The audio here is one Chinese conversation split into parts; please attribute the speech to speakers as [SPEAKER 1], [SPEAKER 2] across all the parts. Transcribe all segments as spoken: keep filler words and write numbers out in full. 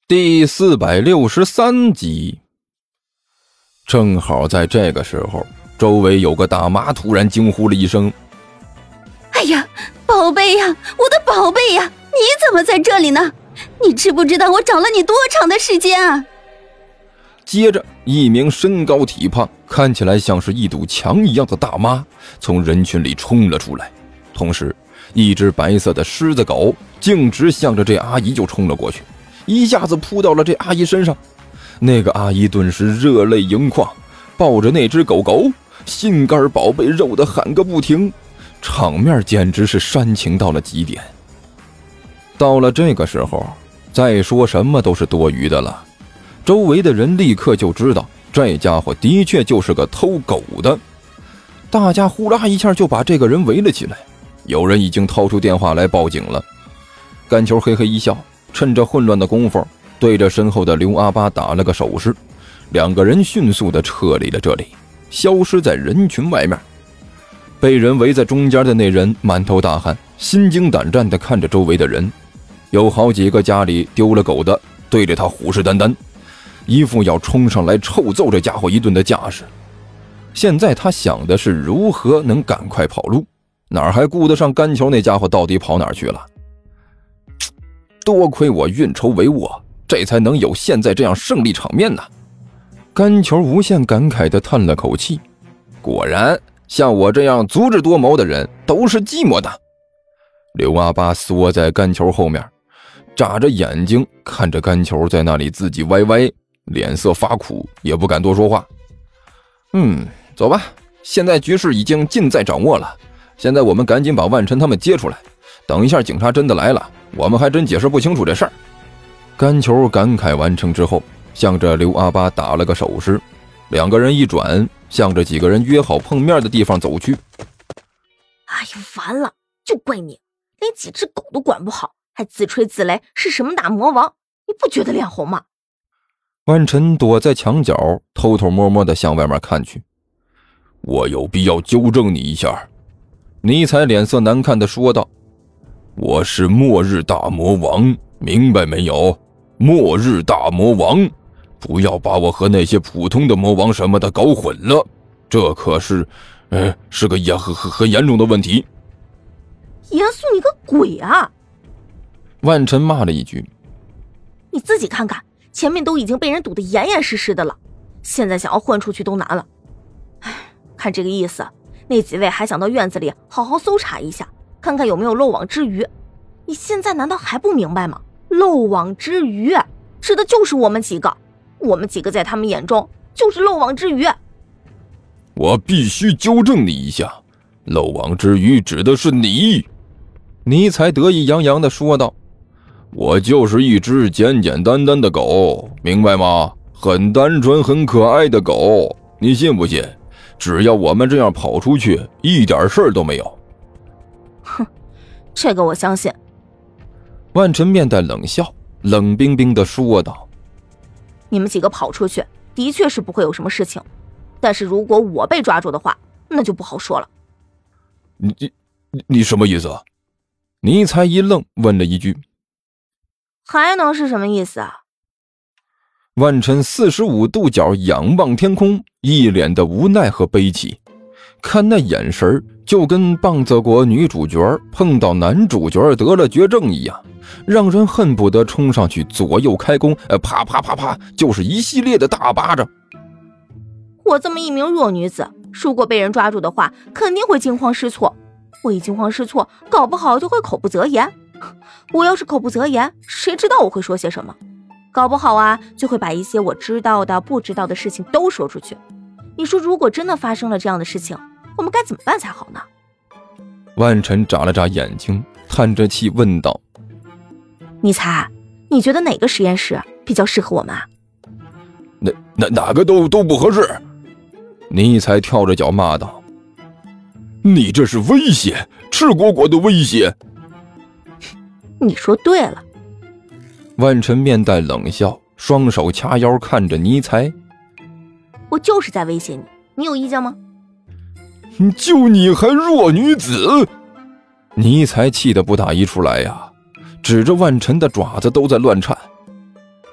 [SPEAKER 1] 第四百六十三集。正好在这个时候，周围有个大妈突然惊呼了一声：
[SPEAKER 2] 哎呀，宝贝呀，我的宝贝呀，你怎么在这里呢？你知不知道我找了你多长的时间啊？
[SPEAKER 1] 接着一名身高体胖，看起来像是一堵墙一样的大妈从人群里冲了出来，同时一只白色的狮子狗径直向着这阿姨就冲了过去，一下子扑到了这阿姨身上。那个阿姨顿时热泪盈眶，抱着那只狗狗心肝宝贝肉的喊个不停，场面简直是煽情到了极点。到了这个时候，再说什么都是多余的了。周围的人立刻就知道这家伙的确就是个偷狗的，大家呼啦一下就把这个人围了起来，有人已经掏出电话来报警了。甘球嘿嘿一笑，趁着混乱的功夫对着身后的刘阿八打了个手势，两个人迅速地撤离了这里，消失在人群外面。被人围在中间的那人满头大汗，心惊胆战地看着周围的人，有好几个家里丢了狗的对着他虎视眈眈，一副要冲上来臭揍这家伙一顿的架势。现在他想的是如何能赶快跑路，哪还顾得上甘球那家伙到底跑哪儿去了。多亏我运筹帷幄，这才能有现在这样胜利场面呢。甘球无限感慨地叹了口气，果然像我这样足智多谋的人都是寂寞的。刘阿八缩在甘球后面，眨着眼睛看着甘球在那里自己歪歪，脸色发苦，也不敢多说话。嗯，走吧，现在局势已经尽在掌握了，现在我们赶紧把万晨他们接出来，等一下警察真的来了，我们还真解释不清楚这事儿。甘球感慨完成之后，向着刘阿八打了个手势，两个人一转，向着几个人约好碰面的地方走去。
[SPEAKER 3] 哎呀，完了，就怪你，连几只狗都管不好，还自吹自擂是什么大魔王，你不觉得脸红吗？
[SPEAKER 1] 万晨躲在墙角，偷偷摸摸地向外面看去。我有必要纠正你一下。尼采脸色难看地说道，我是末日大魔王，明白没有？末日大魔王，不要把我和那些普通的魔王什么的搞混了，这可是呃，是个严很很严重的问题。
[SPEAKER 3] 严肃你个鬼啊！
[SPEAKER 1] 万晨骂了一句，
[SPEAKER 3] 你自己看看，前面都已经被人堵得严严实实的了，现在想要混出去都难了。唉，看这个意思，那几位还想到院子里好好搜查一下，看看有没有漏网之鱼。你现在难道还不明白吗？漏网之鱼指的就是我们几个，我们几个在他们眼中就是漏网之鱼。
[SPEAKER 1] 我必须纠正你一下，漏网之鱼指的是你。尼采得意洋洋地说道，我就是一只简简单单的狗，明白吗？很单纯很可爱的狗，你信不信？只要我们这样跑出去，一点事儿都没有。
[SPEAKER 3] 哼，这个我相信。
[SPEAKER 1] 万晨面带冷笑，冷冰冰地说道，
[SPEAKER 3] 你们几个跑出去的确是不会有什么事情，但是如果我被抓住的话，那就不好说了。
[SPEAKER 1] 你你你什么意思啊？尼采一愣，问了一句，
[SPEAKER 3] 还能是什么意思啊？
[SPEAKER 1] 万晨四十五度角仰望天空，一脸的无奈和悲戚，看那眼神就跟棒子国女主角碰到男主角得了绝症一样，让人恨不得冲上去左右开弓，啪啪啪啪就是一系列的大巴掌。
[SPEAKER 3] 我这么一名弱女子，如果被人抓住的话，肯定会惊慌失措。我一惊慌失措，搞不好就会口不择言。我要是口不择言，谁知道我会说些什么？搞不好啊，就会把一些我知道的、不知道的事情都说出去。你说，如果真的发生了这样的事情，我们该怎么办才好呢？
[SPEAKER 1] 万晨眨了眨眼睛，叹着气问道，
[SPEAKER 3] 尼采，你觉得哪个实验室比较适合我们啊？
[SPEAKER 1] 哪哪哪个都都不合适。尼采跳着脚骂道，你这是威胁，赤果果的威胁。
[SPEAKER 3] 你说对了。
[SPEAKER 1] 万晨面带冷笑，双手掐腰看着尼采，
[SPEAKER 3] 我就是在威胁你，你有意见吗？
[SPEAKER 1] 就你还弱女子！尼采气得不打一处来呀，指着万晨的爪子都在乱颤。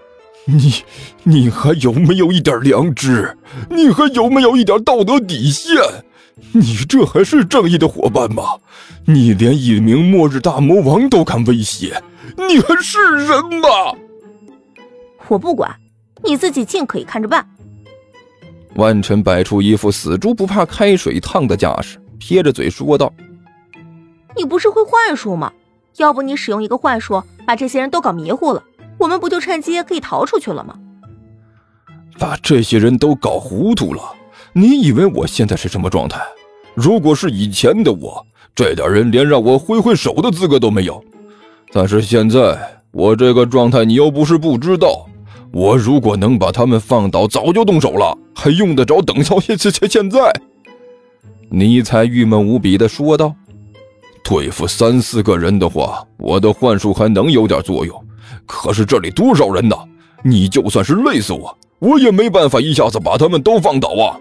[SPEAKER 1] 你你还有没有一点良知？你还有没有一点道德底线？你这还是正义的伙伴吗？你连一名末日大魔王都敢威胁，你还是人吗？
[SPEAKER 3] 我不管，你自己尽可以看着办。
[SPEAKER 1] 万晨摆出一副死猪不怕开水烫的架势，撇着嘴说道：
[SPEAKER 3] 你不是会幻术吗？要不你使用一个幻术把这些人都搞迷糊了，我们不就趁机可以逃出去了吗？
[SPEAKER 1] 把这些人都搞糊涂了，你以为我现在是什么状态？如果是以前的我，这点人连让我挥挥手的资格都没有。但是现在我这个状态你又不是不知道，我如果能把他们放倒，早就动手了，还用得着等到现现在？尼采郁闷无比地说道：对付三四个人的话，我的幻术还能有点作用，可是这里多少人呢？你就算是累死我，我也没办法一下子把他们都放倒啊！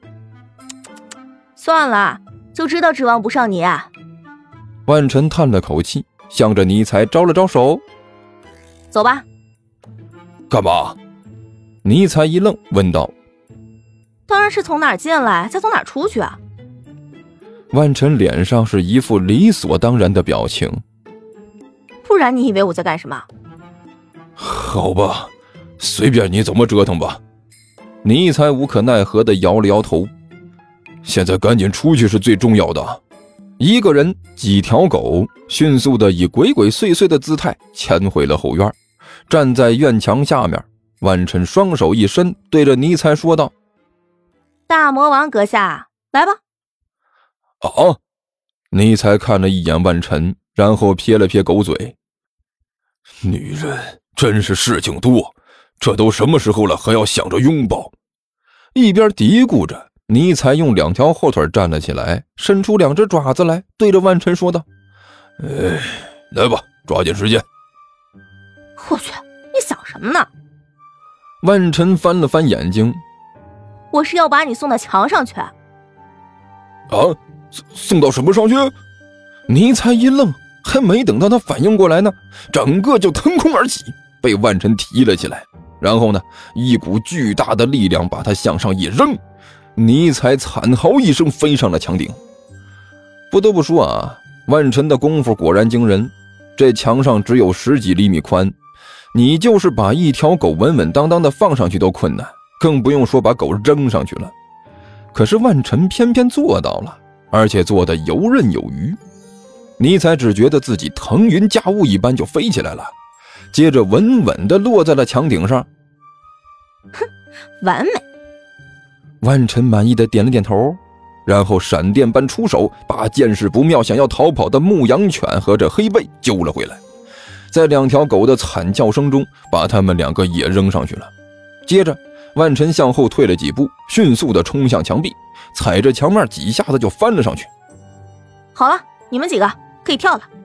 [SPEAKER 3] 算了，就知道指望不上你啊。
[SPEAKER 1] 万晨叹了口气，向着尼采招了招手：
[SPEAKER 3] 走吧。
[SPEAKER 1] 干嘛？尼采一愣，问道：
[SPEAKER 3] 当然是从哪儿进来再从哪儿出去啊。
[SPEAKER 1] 万晨脸上是一副理所当然的表情。
[SPEAKER 3] 不然你以为我在干什么？
[SPEAKER 1] 好吧，随便你怎么折腾吧。尼采无可奈何地摇了摇头。现在赶紧出去是最重要的。一个人几条狗迅速地以鬼鬼祟祟的姿态潜回了后院，站在院墙下面，万晨双手一伸，对着尼采说道：
[SPEAKER 3] 大魔王阁下，来吧。
[SPEAKER 1] 啊！尼采看了一眼万晨，然后撇了撇狗嘴。女人真是事情多，这都什么时候了，还要想着拥抱。一边嘀咕着，尼采用两条后腿站了起来，伸出两只爪子来，对着万晨说道：哎，来吧，抓紧时间。
[SPEAKER 3] 我去，你想什么呢？
[SPEAKER 1] 万晨翻了翻眼睛。
[SPEAKER 3] 我是要把你送到墙上去。
[SPEAKER 1] 啊？送送到什么上去？尼采一愣，还没等到他反应过来呢，整个就腾空而起，被万晨提了起来。然后呢，一股巨大的力量把他向上一扔，尼采惨嚎一声飞上了墙顶。不得不说啊，万晨的功夫果然惊人。这墙上只有十几厘米宽，你就是把一条狗稳稳当当的放上去都困难，更不用说把狗扔上去了。可是万晨偏偏做到了，而且做得游刃有余。尼采只觉得自己腾云驾雾一般就飞起来了，接着稳稳地落在了墙顶上。
[SPEAKER 3] 哼，完美。
[SPEAKER 1] 万晨满意地点了点头，然后闪电般出手，把见势不妙想要逃跑的牧羊犬和这黑背揪了回来，在两条狗的惨叫声中把他们两个也扔上去了。接着万晨向后退了几步，迅速地冲向墙壁，踩着墙面几下子就翻了上去。
[SPEAKER 3] 好了，你们几个可以跳了。